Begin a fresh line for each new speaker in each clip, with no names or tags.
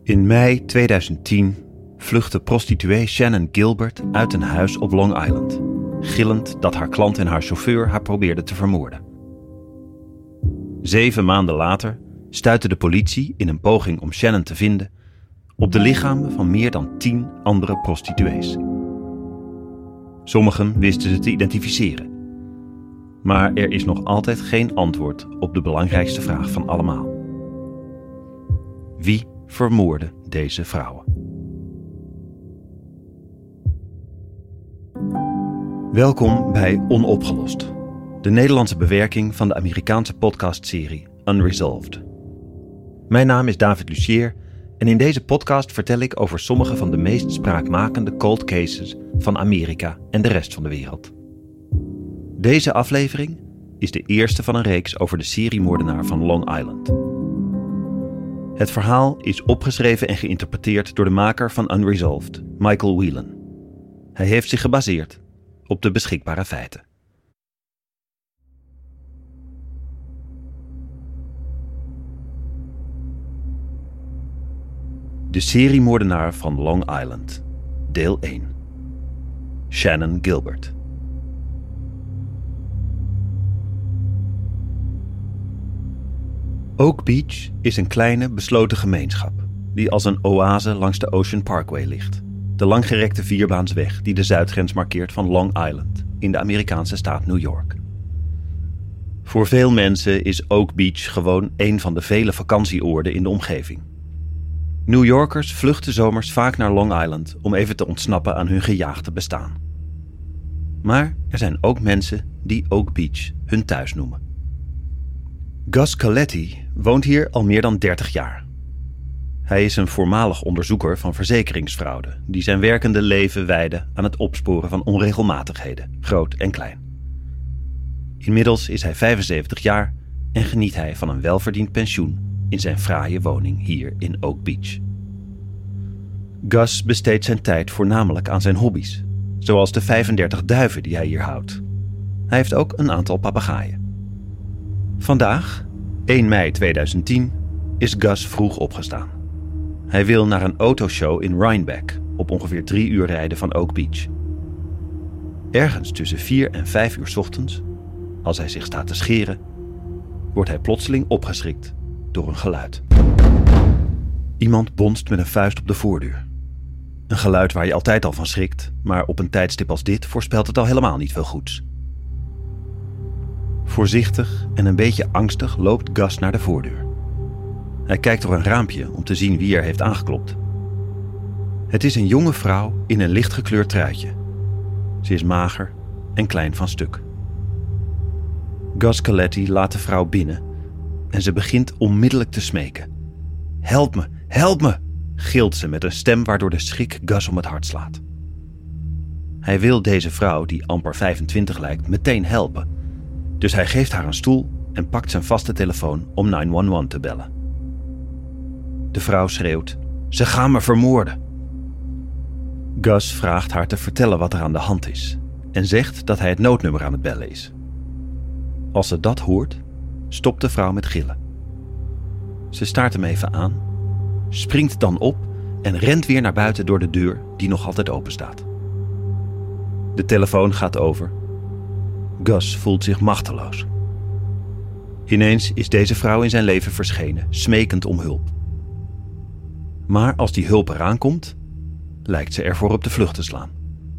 In mei 2010 vluchtte prostituee Shannon Gilbert uit een huis op Long Island, gillend dat haar klant en haar chauffeur haar probeerden te vermoorden. 7 maanden later stuitte de politie in een poging om Shannon te vinden op de lichamen van meer dan 10 andere prostituees. Sommigen wisten ze te identificeren. Maar er is nog altijd geen antwoord op de belangrijkste vraag van allemaal. Wie vermoordde deze vrouwen? Welkom bij Onopgelost, de Nederlandse bewerking van de Amerikaanse podcastserie Unresolved. Mijn naam is David Lucier en in deze podcast vertel ik over sommige van de meest spraakmakende cold cases van Amerika en de rest van de wereld. Deze aflevering is de eerste van een reeks over de seriemoordenaar van Long Island. Het verhaal is opgeschreven en geïnterpreteerd door de maker van Unresolved, Michael Whelan. Hij heeft zich gebaseerd op de beschikbare feiten. De seriemoordenaar van Long Island, deel 1. Shannon Gilbert. Oak Beach is een kleine, besloten gemeenschap die als een oase langs de Ocean Parkway ligt. De langgerekte vierbaansweg die de zuidgrens markeert van Long Island in de Amerikaanse staat New York. Voor veel mensen is Oak Beach gewoon een van de vele vakantieoorden in de omgeving. New Yorkers vluchten zomers vaak naar Long Island om even te ontsnappen aan hun gejaagde bestaan. Maar er zijn ook mensen die Oak Beach hun thuis noemen. Gus Coletti woont hier al meer dan 30 jaar. Hij is een voormalig onderzoeker van verzekeringsfraude die zijn werkende leven wijde aan het opsporen van onregelmatigheden, groot en klein. Inmiddels is hij 75 jaar en geniet hij van een welverdiend pensioen in zijn fraaie woning hier in Oak Beach. Gus besteedt zijn tijd voornamelijk aan zijn hobby's, zoals de 35 duiven die hij hier houdt. Hij heeft ook een aantal papegaaien. Vandaag, 1 mei 2010, is Gus vroeg opgestaan. Hij wil naar een autoshow in Rhinebeck, op ongeveer 3 uur rijden van Oak Beach. Ergens tussen 4 en 5 uur 's ochtends, als hij zich staat te scheren, wordt hij plotseling opgeschrikt door een geluid. Iemand bonst met een vuist op de voordeur. Een geluid waar je altijd al van schrikt, maar op een tijdstip als dit voorspelt het al helemaal niet veel goeds. Voorzichtig en een beetje angstig loopt Gus naar de voordeur. Hij kijkt door een raampje om te zien wie er heeft aangeklopt. Het is een jonge vrouw in een lichtgekleurd truitje. Ze is mager en klein van stuk. Gus Coletti laat de vrouw binnen en ze begint onmiddellijk te smeken. Help me, help me, gilt ze met een stem waardoor de schrik Gus om het hart slaat. Hij wil deze vrouw, die amper 25 lijkt, meteen helpen. Dus hij geeft haar een stoel en pakt zijn vaste telefoon om 911 te bellen. De vrouw schreeuwt: "Ze gaan me vermoorden!" Gus vraagt haar te vertellen wat er aan de hand is en zegt dat hij het noodnummer aan het bellen is. Als ze dat hoort, stopt de vrouw met gillen. Ze staart hem even aan, springt dan op en rent weer naar buiten door de deur die nog altijd open staat. De telefoon gaat over. Gus voelt zich machteloos. Ineens is deze vrouw in zijn leven verschenen, smekend om hulp. Maar als die hulp eraan komt, lijkt ze ervoor op de vlucht te slaan.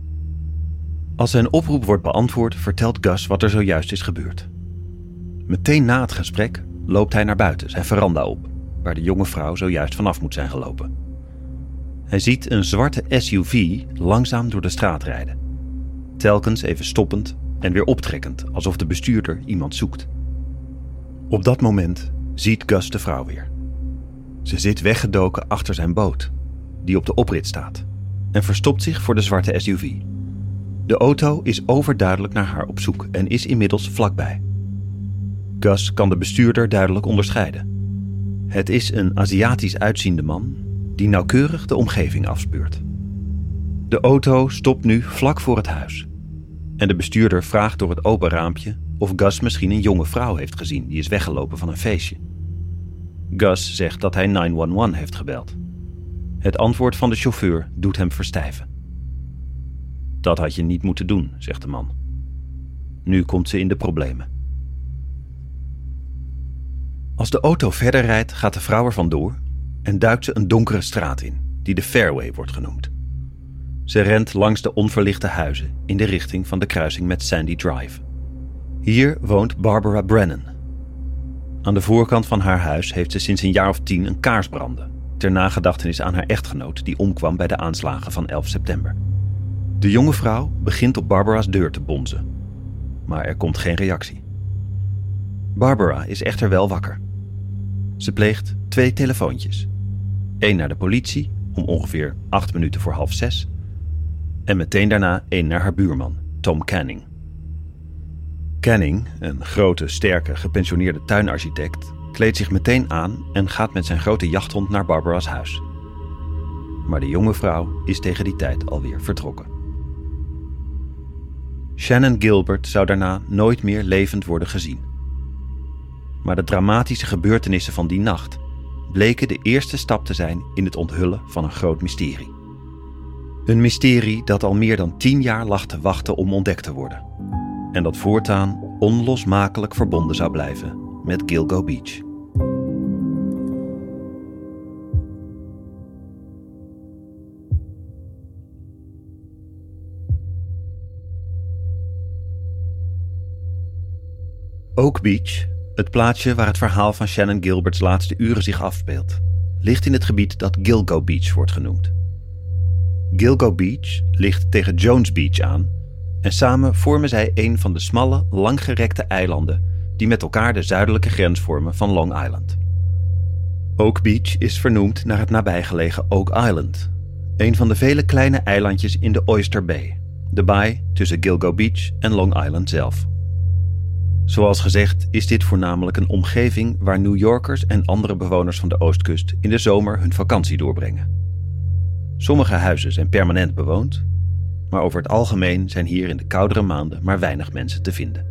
Als zijn oproep wordt beantwoord, vertelt Gus wat er zojuist is gebeurd. Meteen na het gesprek loopt hij naar buiten, zijn veranda op, waar de jonge vrouw zojuist vanaf moet zijn gelopen. Hij ziet een zwarte SUV langzaam door de straat rijden. Telkens even stoppend en weer optrekkend, alsof de bestuurder iemand zoekt. Op dat moment ziet Gus de vrouw weer. Ze zit weggedoken achter zijn boot, die op de oprit staat, en verstopt zich voor de zwarte SUV. De auto is overduidelijk naar haar op zoek en is inmiddels vlakbij. Gus kan de bestuurder duidelijk onderscheiden. Het is een Aziatisch uitziende man die nauwkeurig de omgeving afspeurt. De auto stopt nu vlak voor het huis. En de bestuurder vraagt door het open raampje of Gus misschien een jonge vrouw heeft gezien die is weggelopen van een feestje. Gus zegt dat hij 911 heeft gebeld. Het antwoord van de chauffeur doet hem verstijven. Dat had je niet moeten doen, zegt de man. Nu komt ze in de problemen. Als de auto verder rijdt, gaat de vrouw er vandoor en duikt ze een donkere straat in, die de Fairway wordt genoemd. Ze rent langs de onverlichte huizen in de richting van de kruising met Sandy Drive. Hier woont Barbara Brennan. Aan de voorkant van haar huis heeft ze sinds een jaar of 10 een kaars branden, ter nagedachtenis aan haar echtgenoot die omkwam bij de aanslagen van 11 september. De jonge vrouw begint op Barbara's deur te bonzen, maar er komt geen reactie. Barbara is echter wel wakker. Ze pleegt 2 telefoontjes. 1 naar de politie om ongeveer 8 minuten voor 5:30 en meteen daarna 1 naar haar buurman, Tom Canning. Canning, een grote, sterke, gepensioneerde tuinarchitect, kleedt zich meteen aan en gaat met zijn grote jachthond naar Barbara's huis. Maar de jonge vrouw is tegen die tijd alweer vertrokken. Shannan Gilbert zou daarna nooit meer levend worden gezien. Maar de dramatische gebeurtenissen van die nacht bleken de eerste stap te zijn in het onthullen van een groot mysterie. Een mysterie dat al meer dan 10 jaar lag te wachten om ontdekt te worden. En dat voortaan onlosmakelijk verbonden zou blijven met Gilgo Beach. Oak Beach, het plaatsje waar het verhaal van Shannan Gilbert's laatste uren zich afspeelt, ligt in het gebied dat Gilgo Beach wordt genoemd. Gilgo Beach ligt tegen Jones Beach aan en samen vormen zij een van de smalle, langgerekte eilanden die met elkaar de zuidelijke grens vormen van Long Island. Oak Beach is vernoemd naar het nabijgelegen Oak Island, een van de vele kleine eilandjes in de Oyster Bay, de baai tussen Gilgo Beach en Long Island zelf. Zoals gezegd is dit voornamelijk een omgeving waar New Yorkers en andere bewoners van de oostkust in de zomer hun vakantie doorbrengen. Sommige huizen zijn permanent bewoond, maar over het algemeen zijn hier in de koudere maanden maar weinig mensen te vinden.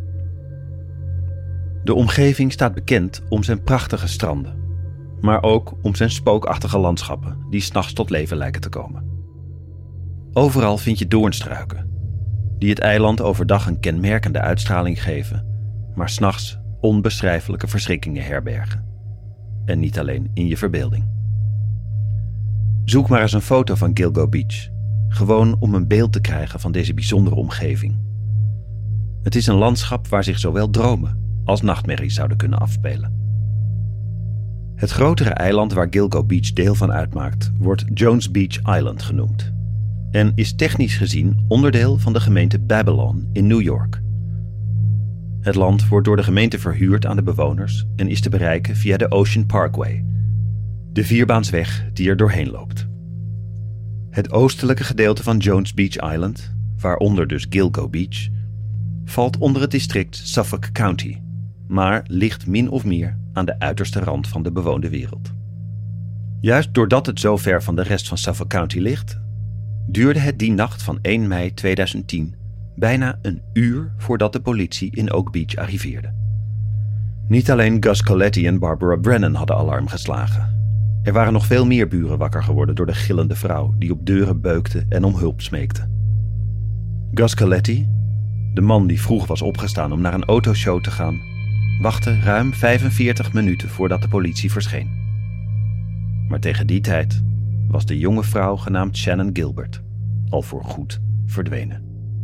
De omgeving staat bekend om zijn prachtige stranden, maar ook om zijn spookachtige landschappen die 's nachts tot leven lijken te komen. Overal vind je doornstruiken, die het eiland overdag een kenmerkende uitstraling geven, maar 's nachts onbeschrijfelijke verschrikkingen herbergen. En niet alleen in je verbeelding. Zoek maar eens een foto van Gilgo Beach, gewoon om een beeld te krijgen van deze bijzondere omgeving. Het is een landschap waar zich zowel dromen als nachtmerries zouden kunnen afspelen. Het grotere eiland waar Gilgo Beach deel van uitmaakt, wordt Jones Beach Island genoemd en is technisch gezien onderdeel van de gemeente Babylon in New York. Het land wordt door de gemeente verhuurd aan de bewoners en is te bereiken via de Ocean Parkway, de 4-baansweg die er doorheen loopt. Het oostelijke gedeelte van Jones Beach Island, waaronder dus Gilgo Beach, valt onder het district Suffolk County, maar ligt min of meer aan de uiterste rand van de bewoonde wereld. Juist doordat het zo ver van de rest van Suffolk County ligt, duurde het die nacht van 1 mei 2010 bijna een uur voordat de politie in Oak Beach arriveerde. Niet alleen Gus Coletti en Barbara Brennan hadden alarm geslagen. Er waren nog veel meer buren wakker geworden door de gillende vrouw die op deuren beukte en om hulp smeekte. Gus Coletti, de man die vroeg was opgestaan om naar een autoshow te gaan, wachtte ruim 45 minuten voordat de politie verscheen. Maar tegen die tijd was de jonge vrouw genaamd Shannan Gilbert al voorgoed verdwenen.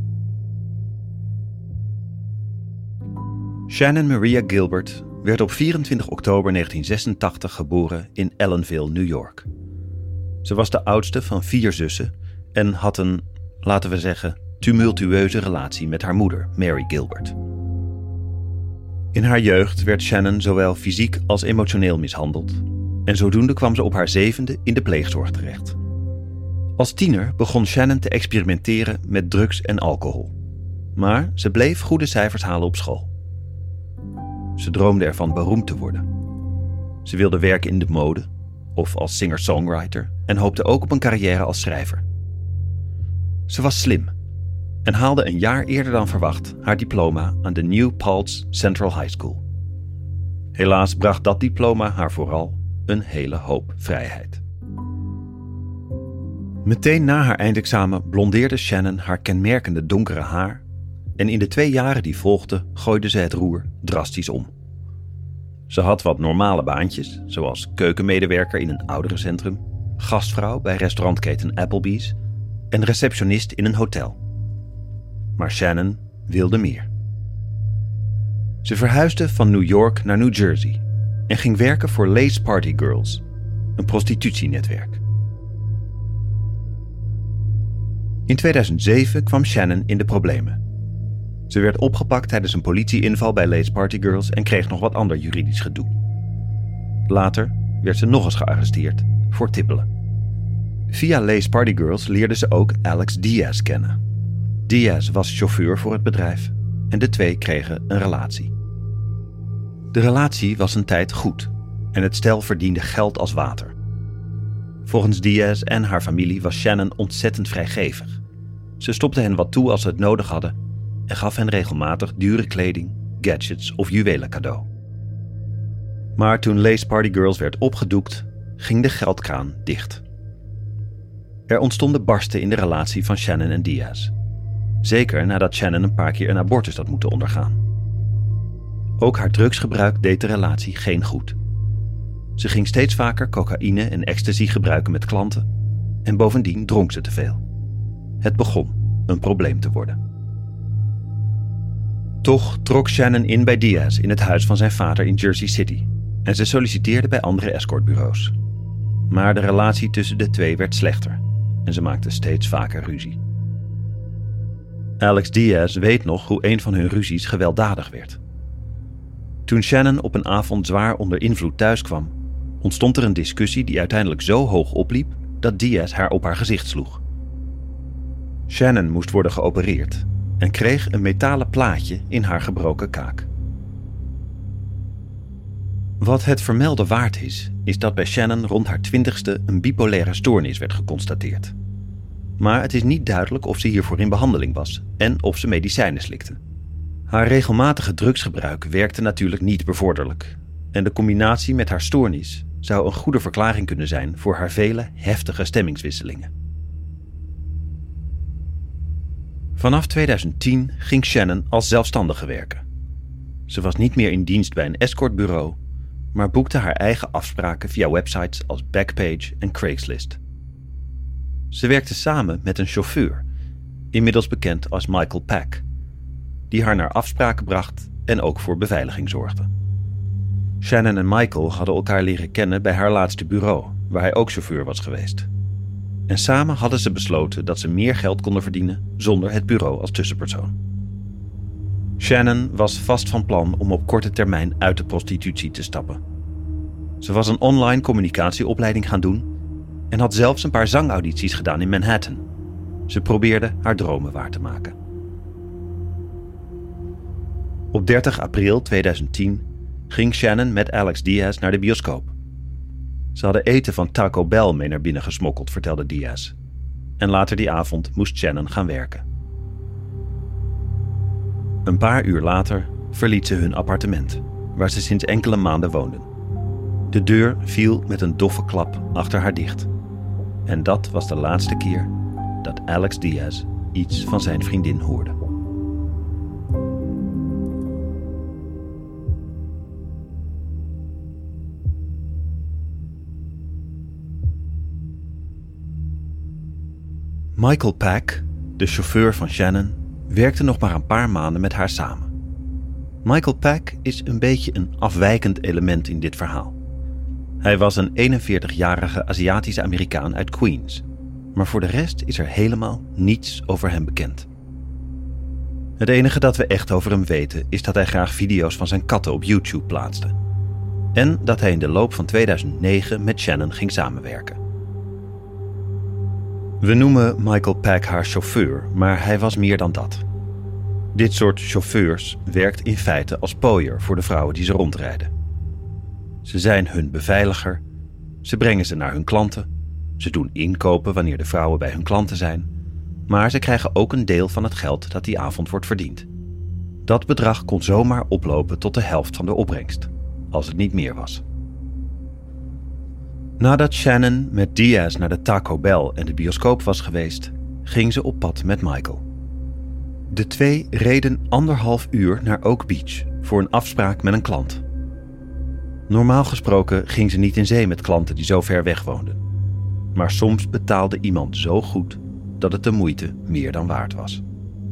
Shannan Maria Gilbert werd op 24 oktober 1986 geboren in Ellenville, New York. Ze was de oudste van 4 zussen en had een, laten we zeggen, tumultueuze relatie met haar moeder, Mary Gilbert. In haar jeugd werd Shannan zowel fysiek als emotioneel mishandeld en zodoende kwam ze op haar 7e in de pleegzorg terecht. Als tiener begon Shannan te experimenteren met drugs en alcohol, maar ze bleef goede cijfers halen op school. Ze droomde ervan beroemd te worden. Ze wilde werken in de mode of als singer-songwriter en hoopte ook op een carrière als schrijver. Ze was slim en haalde een jaar eerder dan verwacht haar diploma aan de New Paltz Central High School. Helaas bracht dat diploma haar vooral een hele hoop vrijheid. Meteen na haar eindexamen blondeerde Shannon haar kenmerkende donkere haar en in de 2 jaren die volgden gooide ze het roer drastisch om. Ze had wat normale baantjes, zoals keukenmedewerker in een ouderencentrum, gastvrouw bij restaurantketen Applebee's en receptionist in een hotel. Maar Shannon wilde meer. Ze verhuisde van New York naar New Jersey en ging werken voor Lace Party Girls, een prostitutienetwerk. In 2007 kwam Shannon in de problemen. Ze werd opgepakt tijdens een politieinval bij Lace Party Girls en kreeg nog wat ander juridisch gedoe. Later werd ze nog eens gearresteerd voor tippelen. Via Lace Party Girls leerde ze ook Alex Diaz kennen. Diaz was chauffeur voor het bedrijf en de twee kregen een relatie. De relatie was een tijd goed en het stel verdiende geld als water. Volgens Diaz en haar familie was Shannon ontzettend vrijgevig. Ze stopte hen wat toe als ze het nodig hadden en gaf hen regelmatig dure kleding, gadgets of juwelen cadeau. Maar toen Lace Party Girls werd opgedoekt, ging de geldkraan dicht. Er ontstonden barsten in de relatie van Shannon en Diaz. Zeker nadat Shannon een paar keer een abortus had moeten ondergaan. Ook haar drugsgebruik deed de relatie geen goed. Ze ging steeds vaker cocaïne en ecstasy gebruiken met klanten en bovendien dronk ze te veel. Het begon een probleem te worden. Toch trok Shannon in bij Diaz in het huis van zijn vader in Jersey City en ze solliciteerde bij andere escortbureaus. Maar de relatie tussen de twee werd slechter en ze maakten steeds vaker ruzie. Alex Diaz weet nog hoe een van hun ruzies gewelddadig werd. Toen Shannon op een avond zwaar onder invloed thuis kwam, ontstond er een discussie die uiteindelijk zo hoog opliep dat Diaz haar op haar gezicht sloeg. Shannon moest worden geopereerd en kreeg een metalen plaatje in haar gebroken kaak. Wat het vermelden waard is dat bij Shannon rond haar 20ste een bipolaire stoornis werd geconstateerd. Maar het is niet duidelijk of ze hiervoor in behandeling was en of ze medicijnen slikte. Haar regelmatige drugsgebruik werkte natuurlijk niet bevorderlijk en de combinatie met haar stoornis zou een goede verklaring kunnen zijn voor haar vele heftige stemmingswisselingen. Vanaf 2010 ging Shannon als zelfstandige werken. Ze was niet meer in dienst bij een escortbureau, maar boekte haar eigen afspraken via websites als Backpage en Craigslist. Ze werkte samen met een chauffeur, inmiddels bekend als Michael Pack, die haar naar afspraken bracht en ook voor beveiliging zorgde. Shannon en Michael hadden elkaar leren kennen bij haar laatste bureau, waar hij ook chauffeur was geweest. En samen hadden ze besloten dat ze meer geld konden verdienen zonder het bureau als tussenpersoon. Shannon was vast van plan om op korte termijn uit de prostitutie te stappen. Ze was een online communicatieopleiding gaan doen en had zelfs een paar zangaudities gedaan in Manhattan. Ze probeerde haar dromen waar te maken. Op 30 april 2010 ging Shannon met Alex Diaz naar de bioscoop. Ze hadden eten van Taco Bell mee naar binnen gesmokkeld, vertelde Diaz. En later die avond moest Shannon gaan werken. Een paar uur later verliet ze hun appartement, waar ze sinds enkele maanden woonden. De deur viel met een doffe klap achter haar dicht. En dat was de laatste keer dat Alex Diaz iets van zijn vriendin hoorde. Michael Pack, de chauffeur van Shannon, werkte nog maar een paar maanden met haar samen. Michael Pack is een beetje een afwijkend element in dit verhaal. Hij was een 41-jarige Aziatische Amerikaan uit Queens, maar voor de rest is er helemaal niets over hem bekend. Het enige dat we echt over hem weten is dat hij graag video's van zijn katten op YouTube plaatste. En dat hij in de loop van 2009 met Shannon ging samenwerken. We noemen Michael Pack haar chauffeur, maar hij was meer dan dat. Dit soort chauffeurs werkt in feite als pooier voor de vrouwen die ze rondrijden. Ze zijn hun beveiliger, ze brengen ze naar hun klanten, ze doen inkopen wanneer de vrouwen bij hun klanten zijn, maar ze krijgen ook een deel van het geld dat die avond wordt verdiend. Dat bedrag kon zomaar oplopen tot de helft van de opbrengst, als het niet meer was. Nadat Shannon met Diaz naar de Taco Bell en de bioscoop was geweest, ging ze op pad met Michael. De twee reden 1,5 uur naar Oak Beach voor een afspraak met een klant. Normaal gesproken ging ze niet in zee met klanten die zo ver weg woonden. Maar soms betaalde iemand zo goed dat het de moeite meer dan waard was.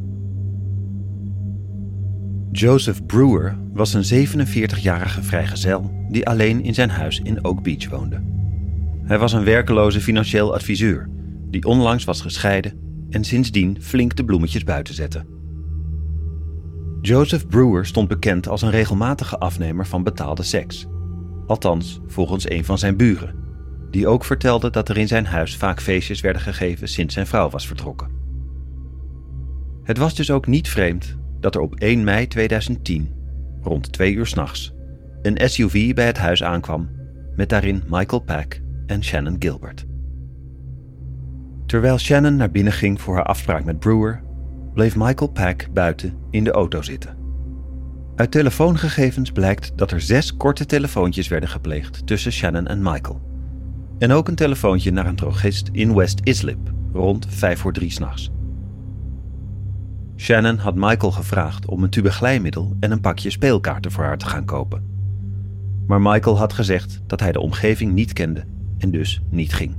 Joseph Brewer was een 47-jarige vrijgezel die alleen in zijn huis in Oak Beach woonde. Hij was een werkeloze financieel adviseur die onlangs was gescheiden en sindsdien flink de bloemetjes buiten zette. Joseph Brewer stond bekend als een regelmatige afnemer van betaalde seks. Althans, volgens een van zijn buren, die ook vertelde dat er in zijn huis vaak feestjes werden gegeven sinds zijn vrouw was vertrokken. Het was dus ook niet vreemd dat er op 1 mei 2010, rond 2 uur 's nachts, een SUV bij het huis aankwam met daarin Michael Pack en Shannon Gilbert. Terwijl Shannon naar binnen ging voor haar afspraak met Brewer, bleef Michael Pack buiten in de auto zitten. Uit telefoongegevens blijkt dat er 6 korte telefoontjes werden gepleegd tussen Shannon en Michael. En ook een telefoontje naar een drogist in West Islip, rond 2:55 uur 's nachts. Shannon had Michael gevraagd om een tube glijmiddel en een pakje speelkaarten voor haar te gaan kopen. Maar Michael had gezegd dat hij de omgeving niet kende en dus niet ging.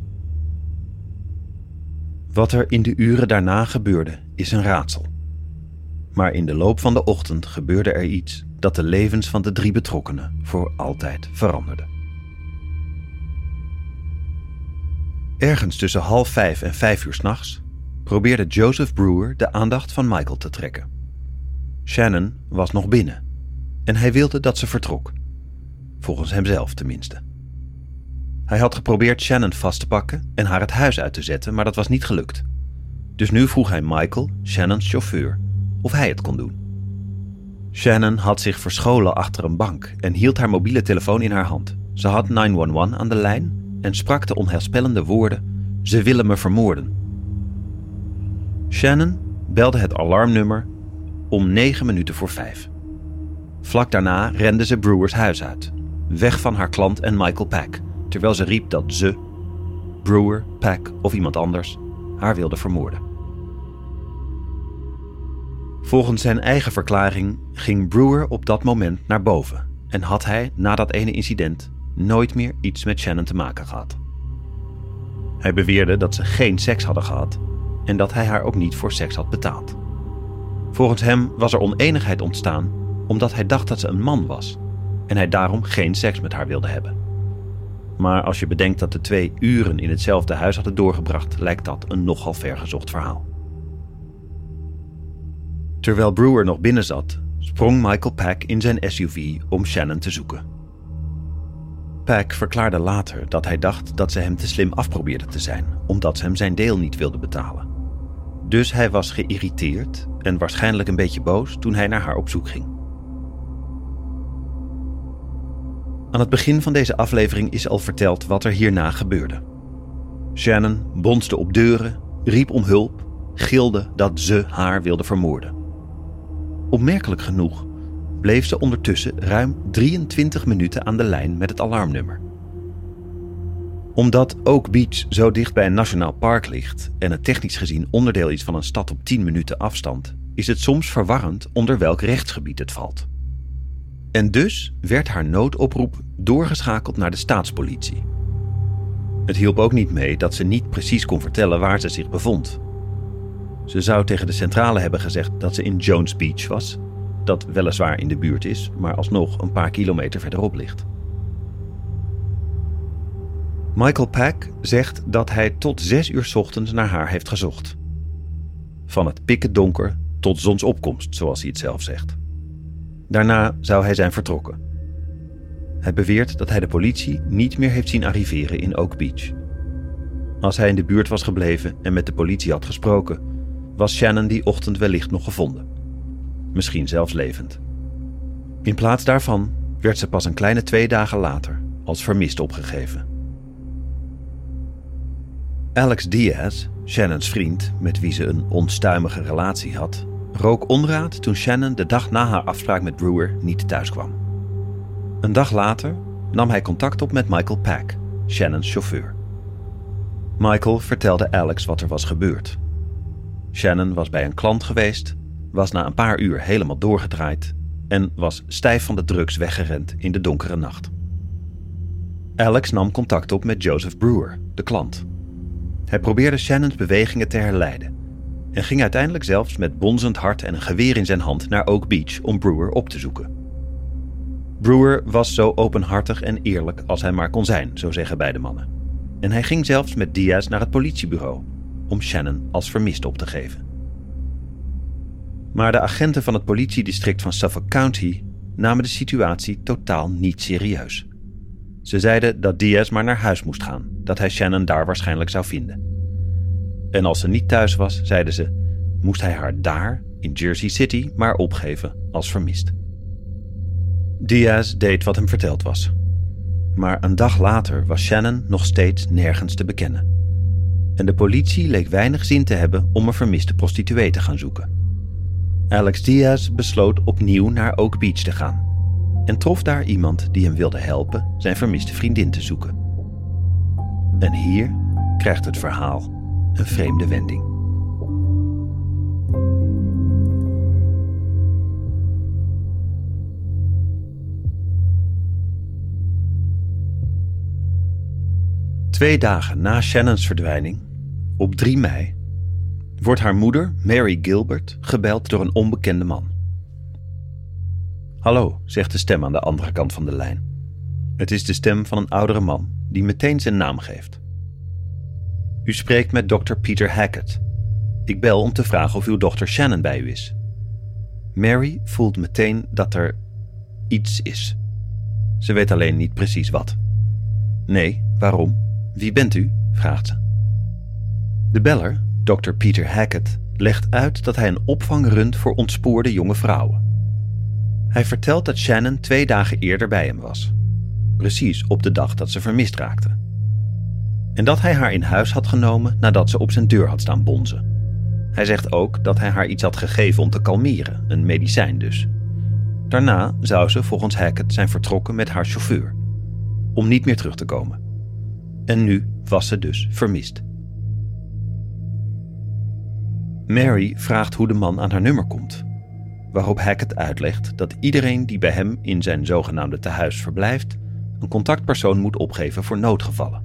Wat er in de uren daarna gebeurde is een raadsel. Maar in de loop van de ochtend gebeurde er iets dat de levens van de 3 betrokkenen voor altijd veranderde. Ergens tussen 4:30 en 5 uur 's nachts probeerde Joseph Brewer de aandacht van Michael te trekken. Shannon was nog binnen en hij wilde dat ze vertrok. Volgens hemzelf tenminste. Hij had geprobeerd Shannon vast te pakken en haar het huis uit te zetten, maar dat was niet gelukt. Dus nu vroeg hij Michael, Shannons chauffeur, of hij het kon doen. Shannon had zich verscholen achter een bank en hield haar mobiele telefoon in haar hand. Ze had 911 aan de lijn en sprak de onheilspellende woorden: "Ze willen me vermoorden." Shannon belde het alarmnummer om 5:09. Vlak daarna rende ze Brewers huis uit, weg van haar klant en Michael Pack, terwijl ze riep dat ze, Brewer, Pack of iemand anders, haar wilde vermoorden. Volgens zijn eigen verklaring ging Brewer op dat moment naar boven en had hij na dat ene incident nooit meer iets met Shannon te maken gehad. Hij beweerde dat ze geen seks hadden gehad en dat hij haar ook niet voor seks had betaald. Volgens hem was er onenigheid ontstaan omdat hij dacht dat ze een man was en hij daarom geen seks met haar wilde hebben. Maar als je bedenkt dat de 2 uren in hetzelfde huis hadden doorgebracht, lijkt dat een nogal vergezocht verhaal. Terwijl Brewer nog binnen zat, sprong Michael Pack in zijn SUV om Shannon te zoeken. Pack verklaarde later dat hij dacht dat ze hem te slim afprobeerde te zijn, omdat ze hem zijn deel niet wilde betalen. Dus hij was geïrriteerd en waarschijnlijk een beetje boos toen hij naar haar op zoek ging. Aan het begin van deze aflevering is al verteld wat er hierna gebeurde. Shannon bonste op deuren, riep om hulp, gilde dat ze haar wilde vermoorden. Opmerkelijk genoeg bleef ze ondertussen ruim 23 minuten aan de lijn met het alarmnummer. Omdat Oak Beach zo dicht bij een nationaal park ligt en het technisch gezien onderdeel is van een stad op 10 minuten afstand, is het soms verwarrend onder welk rechtsgebied het valt. En dus werd haar noodoproep doorgeschakeld naar de staatspolitie. Het hielp ook niet mee dat ze niet precies kon vertellen waar ze zich bevond. Ze zou tegen de centrale hebben gezegd dat ze in Jones Beach was, dat weliswaar in de buurt is, maar alsnog een paar kilometer verderop ligt. Michael Pack zegt dat hij tot 6 uur 's ochtends naar haar heeft gezocht. Van het pikken donker tot zonsopkomst, zoals hij het zelf zegt. Daarna zou hij zijn vertrokken. Hij beweert dat hij de politie niet meer heeft zien arriveren in Oak Beach. Als hij in de buurt was gebleven en met de politie had gesproken, was Shannon die ochtend wellicht nog gevonden. Misschien zelfs levend. In plaats daarvan werd ze pas een kleine 2 dagen later als vermist opgegeven. Alex Diaz, Shannons vriend met wie ze een onstuimige relatie had, rook onraad toen Shannon de dag na haar afspraak met Brewer niet thuis kwam. Een dag later nam hij contact op met Michael Pack, Shannon's chauffeur. Michael vertelde Alex wat er was gebeurd. Shannon was bij een klant geweest, was na een paar uur helemaal doorgedraaid en was stijf van de drugs weggerend in de donkere nacht. Alex nam contact op met Joseph Brewer, de klant. Hij probeerde Shannons bewegingen te herleiden en ging uiteindelijk zelfs met bonzend hart en een geweer in zijn hand naar Oak Beach om Brewer op te zoeken. Brewer was zo openhartig en eerlijk als hij maar kon zijn, zo zeggen beide mannen. En hij ging zelfs met Diaz naar het politiebureau om Shannon als vermist op te geven. Maar de agenten van het politiedistrict van Suffolk County namen de situatie totaal niet serieus. Ze zeiden dat Diaz maar naar huis moest gaan, dat hij Shannon daar waarschijnlijk zou vinden. En als ze niet thuis was, zeiden ze, moest hij haar daar, in Jersey City, maar opgeven als vermist. Diaz deed wat hem verteld was. Maar een dag later was Shannon nog steeds nergens te bekennen. En de politie leek weinig zin te hebben om een vermiste prostituee te gaan zoeken. Alex Diaz besloot opnieuw naar Oak Beach te gaan en trof daar iemand die hem wilde helpen zijn vermiste vriendin te zoeken. En hier krijgt het verhaal een vreemde wending. Twee dagen na Shannons verdwijning, op 3 mei, wordt haar moeder, Mary Gilbert, gebeld door een onbekende man. Hallo, zegt de stem aan de andere kant van de lijn. Het is de stem van een oudere man die meteen zijn naam geeft. U spreekt met Dr. Peter Hackett. Ik bel om te vragen of uw dochter Shannon bij u is. Mary voelt meteen dat er iets is. Ze weet alleen niet precies wat. Nee, waarom? Wie bent u? Vraagt ze. De beller, Dr. Peter Hackett, legt uit dat hij een opvang runt voor ontspoorde jonge vrouwen. Hij vertelt dat Shannon 2 dagen eerder bij hem was. Precies op de dag dat ze vermist raakte. En dat hij haar in huis had genomen nadat ze op zijn deur had staan bonzen. Hij zegt ook dat hij haar iets had gegeven om te kalmeren, een medicijn dus. Daarna zou ze volgens Hackett zijn vertrokken met haar chauffeur, om niet meer terug te komen. En nu was ze dus vermist. Mary vraagt hoe de man aan haar nummer komt, waarop Hackett uitlegt dat iedereen die bij hem in zijn zogenaamde tehuis verblijft, een contactpersoon moet opgeven voor noodgevallen.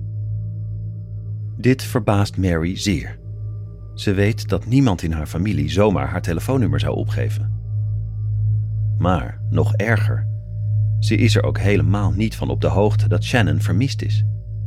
Dit verbaast Mary zeer. Ze weet dat niemand in haar familie zomaar haar telefoonnummer zou opgeven. Maar, nog erger, ze is er ook helemaal niet van op de hoogte dat Shannon vermist is.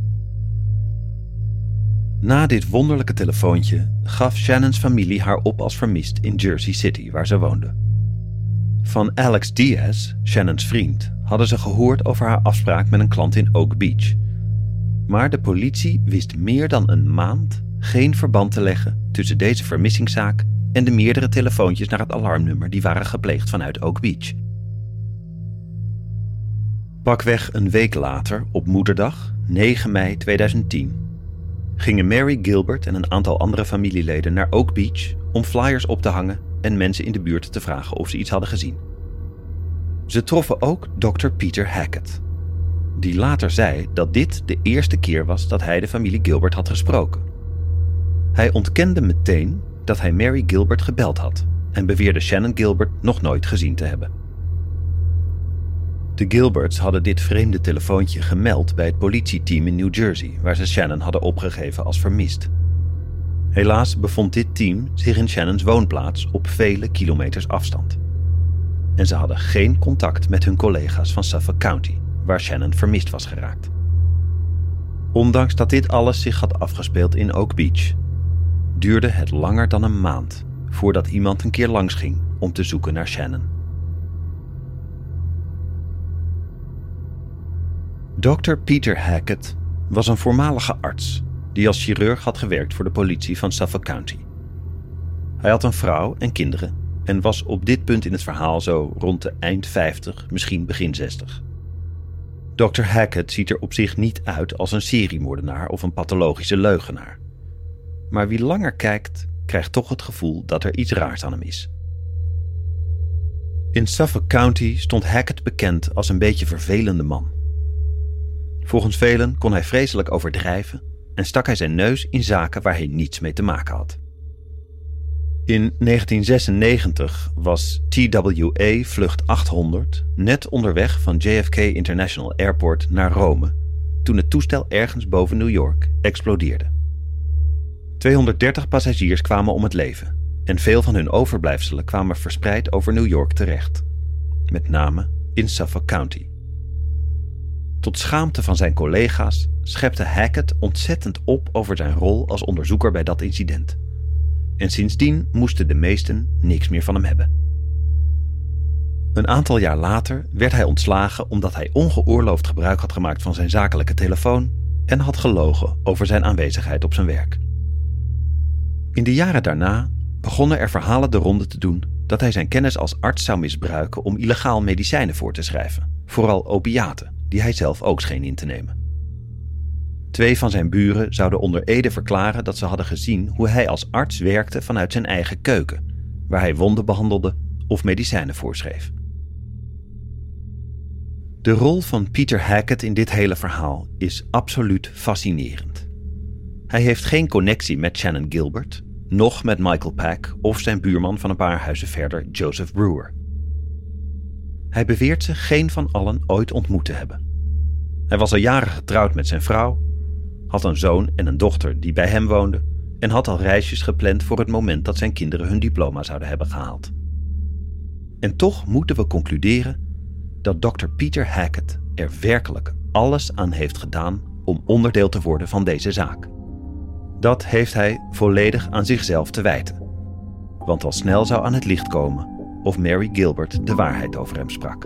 Na dit wonderlijke telefoontje gaf Shannons familie haar op als vermist in Jersey City, waar ze woonde. Van Alex Diaz, Shannons vriend, hadden ze gehoord over haar afspraak met een klant in Oak Beach. Maar de politie wist meer dan een maand geen verband te leggen tussen deze vermissingszaak en de meerdere telefoontjes naar het alarmnummer die waren gepleegd vanuit Oak Beach. Pakweg een week later, op Moederdag, 9 mei 2010, gingen Mary Gilbert en een aantal andere familieleden naar Oak Beach om flyers op te hangen en mensen in de buurt te vragen of ze iets hadden gezien. Ze troffen ook Dr. Peter Hackett, die later zei dat dit de eerste keer was dat hij de familie Gilbert had gesproken. Hij ontkende meteen dat hij Mary Gilbert gebeld had en beweerde Shannon Gilbert nog nooit gezien te hebben. De Gilberts hadden dit vreemde telefoontje gemeld bij het politieteam in New Jersey, waar ze Shannon hadden opgegeven als vermist. Helaas bevond dit team zich in Shannons woonplaats op vele kilometers afstand. En ze hadden geen contact met hun collega's van Suffolk County, waar Shannon vermist was geraakt. Ondanks dat dit alles zich had afgespeeld in Oak Beach, duurde het langer dan een maand voordat iemand een keer langs ging om te zoeken naar Shannon. Dr. Peter Hackett was een voormalige arts die als chirurg had gewerkt voor de politie van Suffolk County. Hij had een vrouw en kinderen en was op dit punt in het verhaal zo rond de eind 50, misschien begin 60. Dr. Hackett ziet er op zich niet uit als een seriemoordenaar of een pathologische leugenaar. Maar wie langer kijkt, krijgt toch het gevoel dat er iets raars aan hem is. In Suffolk County stond Hackett bekend als een beetje vervelende man. Volgens velen kon hij vreselijk overdrijven en stak hij zijn neus in zaken waar hij niets mee te maken had. In 1996 was TWA vlucht 800 net onderweg van JFK International Airport naar Rome toen het toestel ergens boven New York explodeerde. 230 passagiers kwamen om het leven en veel van hun overblijfselen kwamen verspreid over New York terecht, met name in Suffolk County. Tot schaamte van zijn collega's schepte Hackett ontzettend op over zijn rol als onderzoeker bij dat incident. En sindsdien moesten de meesten niks meer van hem hebben. Een aantal jaar later werd hij ontslagen omdat hij ongeoorloofd gebruik had gemaakt van zijn zakelijke telefoon en had gelogen over zijn aanwezigheid op zijn werk. In de jaren daarna begonnen er verhalen de ronde te doen dat hij zijn kennis als arts zou misbruiken om illegaal medicijnen voor te schrijven, vooral opiaten, die hij zelf ook scheen in te nemen. 2 van zijn buren zouden onder ede verklaren dat ze hadden gezien hoe hij als arts werkte vanuit zijn eigen keuken, waar hij wonden behandelde of medicijnen voorschreef. De rol van Peter Hackett in dit hele verhaal is absoluut fascinerend. Hij heeft geen connectie met Shannon Gilbert, noch met Michael Pack of zijn buurman van een paar huizen verder, Joseph Brewer. Hij beweert ze geen van allen ooit ontmoet te hebben. Hij was al jaren getrouwd met zijn vrouw, had een zoon en een dochter die bij hem woonden en had al reisjes gepland voor het moment dat zijn kinderen hun diploma zouden hebben gehaald. En toch moeten we concluderen dat Dr. Peter Hackett er werkelijk alles aan heeft gedaan om onderdeel te worden van deze zaak. Dat heeft hij volledig aan zichzelf te wijten. Want al snel zou aan het licht komen of Mary Gilbert de waarheid over hem sprak.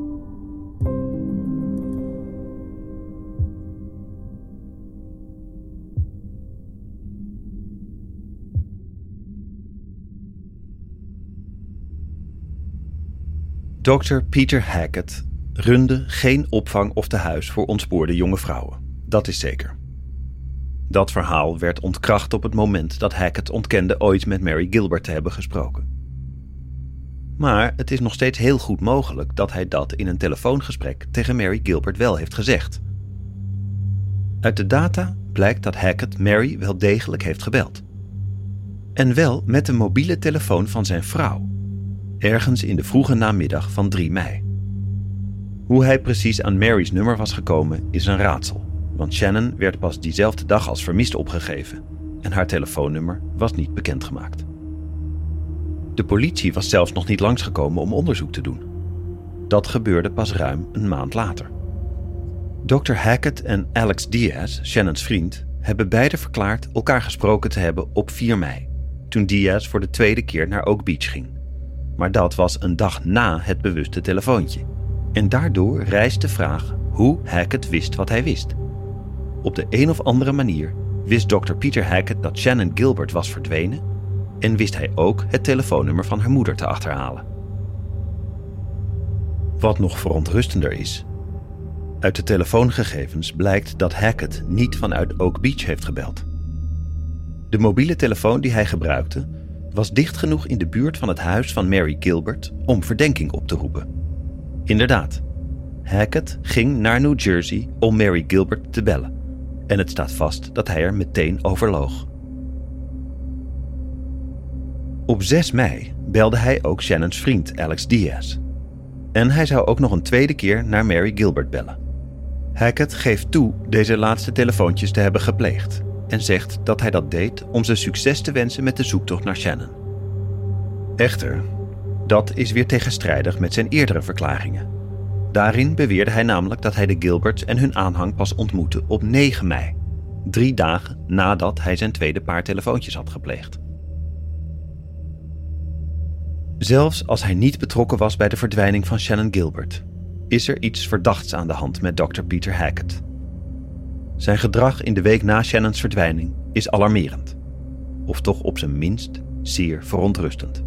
Dr. Peter Hackett runde geen opvang of tehuis voor ontspoorde jonge vrouwen. Dat is zeker. Dat verhaal werd ontkracht op het moment dat Hackett ontkende ooit met Mary Gilbert te hebben gesproken. Maar het is nog steeds heel goed mogelijk dat hij dat in een telefoongesprek tegen Mary Gilbert wel heeft gezegd. Uit de data blijkt dat Hackett Mary wel degelijk heeft gebeld. En wel met de mobiele telefoon van zijn vrouw, ergens in de vroege namiddag van 3 mei. Hoe hij precies aan Mary's nummer was gekomen is een raadsel, want Shannon werd pas diezelfde dag als vermist opgegeven en haar telefoonnummer was niet bekendgemaakt. De politie was zelfs nog niet langsgekomen om onderzoek te doen. Dat gebeurde pas ruim een maand later. Dr. Hackett en Alex Diaz, Shannons vriend, hebben beide verklaard elkaar gesproken te hebben op 4 mei, toen Diaz voor de 2e keer naar Oak Beach ging. Maar dat was een dag na het bewuste telefoontje. En daardoor rijst de vraag hoe Hackett wist wat hij wist. Op de een of andere manier wist Dr. Peter Hackett dat Shannon Gilbert was verdwenen en wist hij ook het telefoonnummer van haar moeder te achterhalen. Wat nog verontrustender is, uit de telefoongegevens blijkt dat Hackett niet vanuit Oak Beach heeft gebeld. De mobiele telefoon die hij gebruikte was dicht genoeg in de buurt van het huis van Mary Gilbert om verdenking op te roepen. Inderdaad, Hackett ging naar New Jersey om Mary Gilbert te bellen en het staat vast dat hij er meteen over loog. Op 6 mei belde hij ook Shannons vriend Alex Diaz. En hij zou ook nog een 2e keer naar Mary Gilbert bellen. Hackett geeft toe deze laatste telefoontjes te hebben gepleegd en zegt dat hij dat deed om ze succes te wensen met de zoektocht naar Shannon. Echter, dat is weer tegenstrijdig met zijn eerdere verklaringen. Daarin beweerde hij namelijk dat hij de Gilberts en hun aanhang pas ontmoette op 9 mei, 3 dagen nadat hij zijn tweede paar telefoontjes had gepleegd. Zelfs als hij niet betrokken was bij de verdwijning van Shannon Gilbert, is er iets verdachts aan de hand met Dr. Peter Hackett. Zijn gedrag in de week na Shannons verdwijning is alarmerend, of toch op zijn minst zeer verontrustend.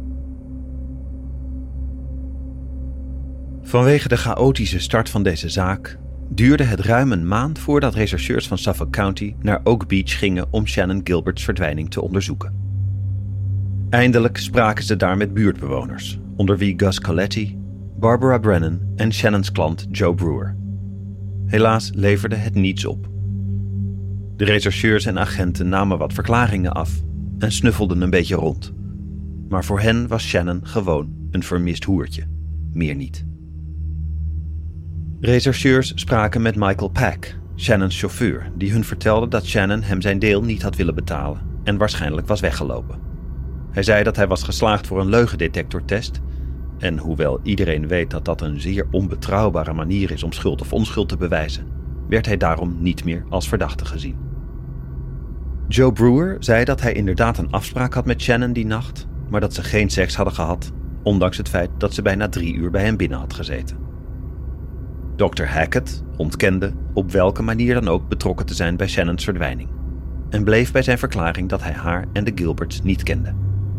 Vanwege de chaotische start van deze zaak duurde het ruim een maand voordat rechercheurs van Suffolk County naar Oak Beach gingen om Shannon Gilberts verdwijning te onderzoeken. Eindelijk spraken ze daar met buurtbewoners, onder wie Gus Coletti, Barbara Brennan en Shannons klant Joe Brewer. Helaas leverde het niets op. De rechercheurs en agenten namen wat verklaringen af en snuffelden een beetje rond. Maar voor hen was Shannon gewoon een vermist hoertje, meer niet. Rechercheurs spraken met Michael Pack, Shannons chauffeur, die hun vertelde dat Shannon hem zijn deel niet had willen betalen en waarschijnlijk was weggelopen. Hij zei dat hij was geslaagd voor een leugendetectortest en hoewel iedereen weet dat dat een zeer onbetrouwbare manier is om schuld of onschuld te bewijzen, werd hij daarom niet meer als verdachte gezien. Joe Brewer zei dat hij inderdaad een afspraak had met Shannon die nacht, maar dat ze geen seks hadden gehad, ondanks het feit dat ze bijna 3 uur bij hem binnen had gezeten. Dr. Hackett ontkende op welke manier dan ook betrokken te zijn bij Shannons verdwijning en bleef bij zijn verklaring dat hij haar en de Gilberts niet kende.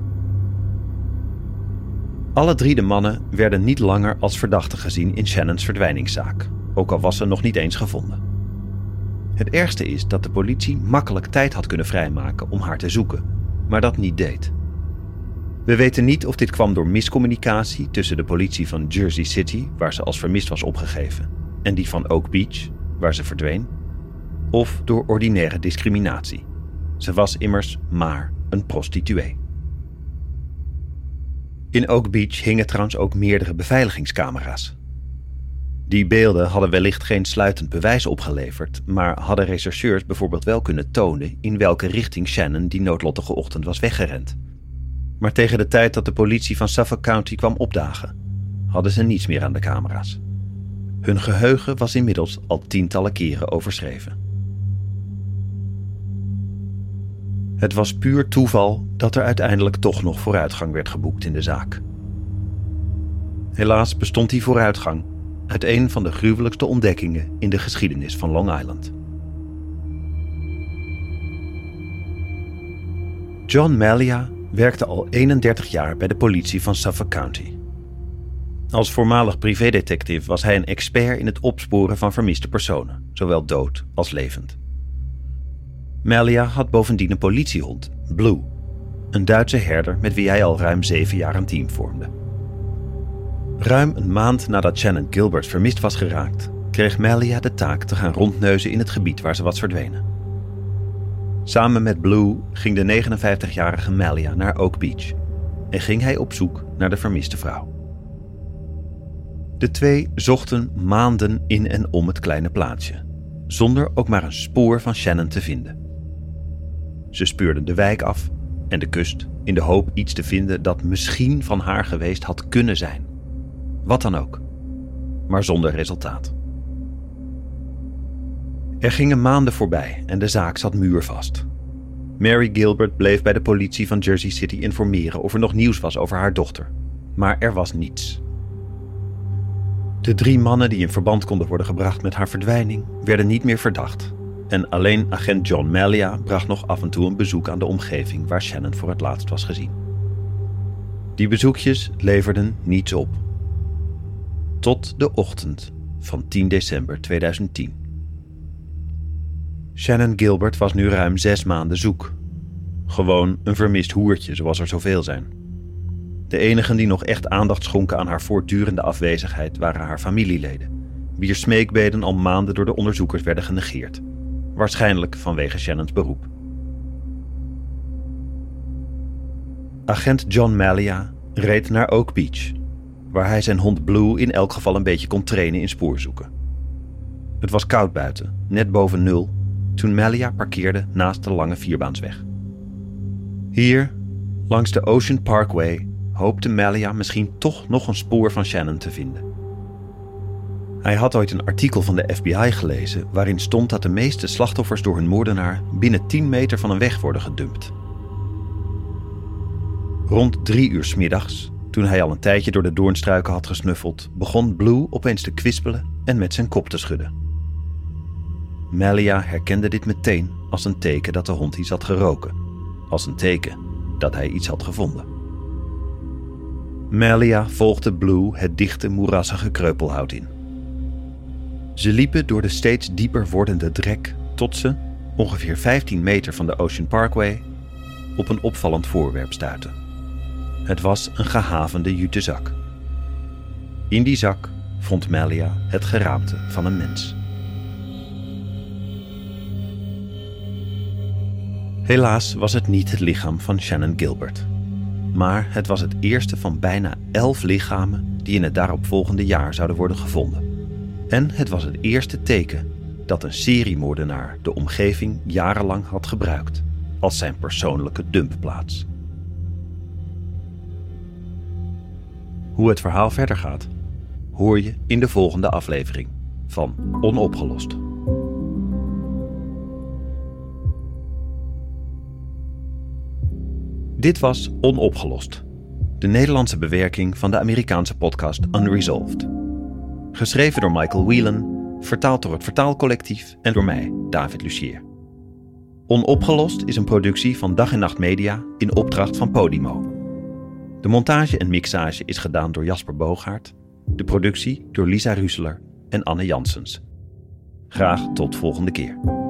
Alle 3 de mannen werden niet langer als verdachten gezien in Shannons verdwijningszaak, ook al was ze nog niet eens gevonden. Het ergste is dat de politie makkelijk tijd had kunnen vrijmaken om haar te zoeken, maar dat niet deed. We weten niet of dit kwam door miscommunicatie tussen de politie van Jersey City, waar ze als vermist was opgegeven, en die van Oak Beach, waar ze verdween, of door ordinaire discriminatie. Ze was immers maar een prostituee. In Oak Beach hingen trouwens ook meerdere beveiligingscamera's. Die beelden hadden wellicht geen sluitend bewijs opgeleverd, maar hadden rechercheurs bijvoorbeeld wel kunnen tonen in welke richting Shannon die noodlottige ochtend was weggerend. Maar tegen de tijd dat de politie van Suffolk County kwam opdagen, hadden ze niets meer aan de camera's. Hun geheugen was inmiddels al tientallen keren overschreven. Het was puur toeval dat er uiteindelijk toch nog vooruitgang werd geboekt in de zaak. Helaas bestond die vooruitgang uit een van de gruwelijkste ontdekkingen in de geschiedenis van Long Island. John Malia werkte al 31 jaar bij de politie van Suffolk County. Als voormalig privédetective was hij een expert in het opsporen van vermiste personen, zowel dood als levend. Malia had bovendien een politiehond, Blue, een Duitse herder met wie hij al ruim 7 jaar een team vormde. Ruim een maand nadat Shannon Gilbert vermist was geraakt, kreeg Malia de taak te gaan rondneuzen in het gebied waar ze was verdwenen. Samen met Blue ging de 59-jarige Malia naar Oak Beach en ging hij op zoek naar de vermiste vrouw. De twee zochten maanden in en om het kleine plaatsje, zonder ook maar een spoor van Shannon te vinden. Ze speurden de wijk af en de kust in de hoop iets te vinden dat misschien van haar geweest had kunnen zijn. Wat dan ook, maar zonder resultaat. Er gingen maanden voorbij en de zaak zat muurvast. Mary Gilbert bleef bij de politie van Jersey City informeren of er nog nieuws was over haar dochter, maar er was niets. De 3 mannen die in verband konden worden gebracht met haar verdwijning werden niet meer verdacht en alleen agent John Malia bracht nog af en toe een bezoek aan de omgeving waar Shannon voor het laatst was gezien. Die bezoekjes leverden niets op. Tot de ochtend van 10 december 2010. Shannon Gilbert was nu ruim 6 maanden zoek. Gewoon een vermist hoertje, zoals er zoveel zijn. De enigen die nog echt aandacht schonken aan haar voortdurende afwezigheid waren haar familieleden, wier smeekbeden al maanden door de onderzoekers werden genegeerd. Waarschijnlijk vanwege Shannons beroep. Agent John Malia reed naar Oak Beach, waar hij zijn hond Blue in elk geval een beetje kon trainen in spoorzoeken. Het was koud buiten, net boven 0, toen Malia parkeerde naast de lange vierbaansweg. Hier, langs de Ocean Parkway, hoopte Malia misschien toch nog een spoor van Shannon te vinden. Hij had ooit een artikel van de FBI gelezen waarin stond dat de meeste slachtoffers door hun moordenaar binnen 10 meter van een weg worden gedumpt. Rond 3 uur 's middags, toen hij al een tijdje door de doornstruiken had gesnuffeld, begon Blue opeens te kwispelen en met zijn kop te schudden. Malia herkende dit meteen als een teken dat de hond iets had geroken, als een teken dat hij iets had gevonden. Malia volgde Blue het dichte, moerassige kreupelhout in. Ze liepen door de steeds dieper wordende drek tot ze, ongeveer 15 meter van de Ocean Parkway, op een opvallend voorwerp stuitten. Het was een gehavende jute zak. In die zak vond Malia het geraamte van een mens. Helaas was het niet het lichaam van Shannon Gilbert. Maar het was het eerste van bijna 11 lichamen die in het daaropvolgende jaar zouden worden gevonden. En het was het eerste teken dat een seriemoordenaar de omgeving jarenlang had gebruikt als zijn persoonlijke dumpplaats. Hoe het verhaal verder gaat, hoor je in de volgende aflevering van Onopgelost. Dit was Onopgelost, de Nederlandse bewerking van de Amerikaanse podcast Unresolved. Geschreven door Michael Whelan, vertaald door het Vertaalcollectief en door mij, David Lucier. Onopgelost is een productie van Dag en Nacht Media in opdracht van Podimo. De montage en mixage is gedaan door Jasper Boogaard, de productie door Lisa Ruseler en Anne Janssens. Graag tot volgende keer.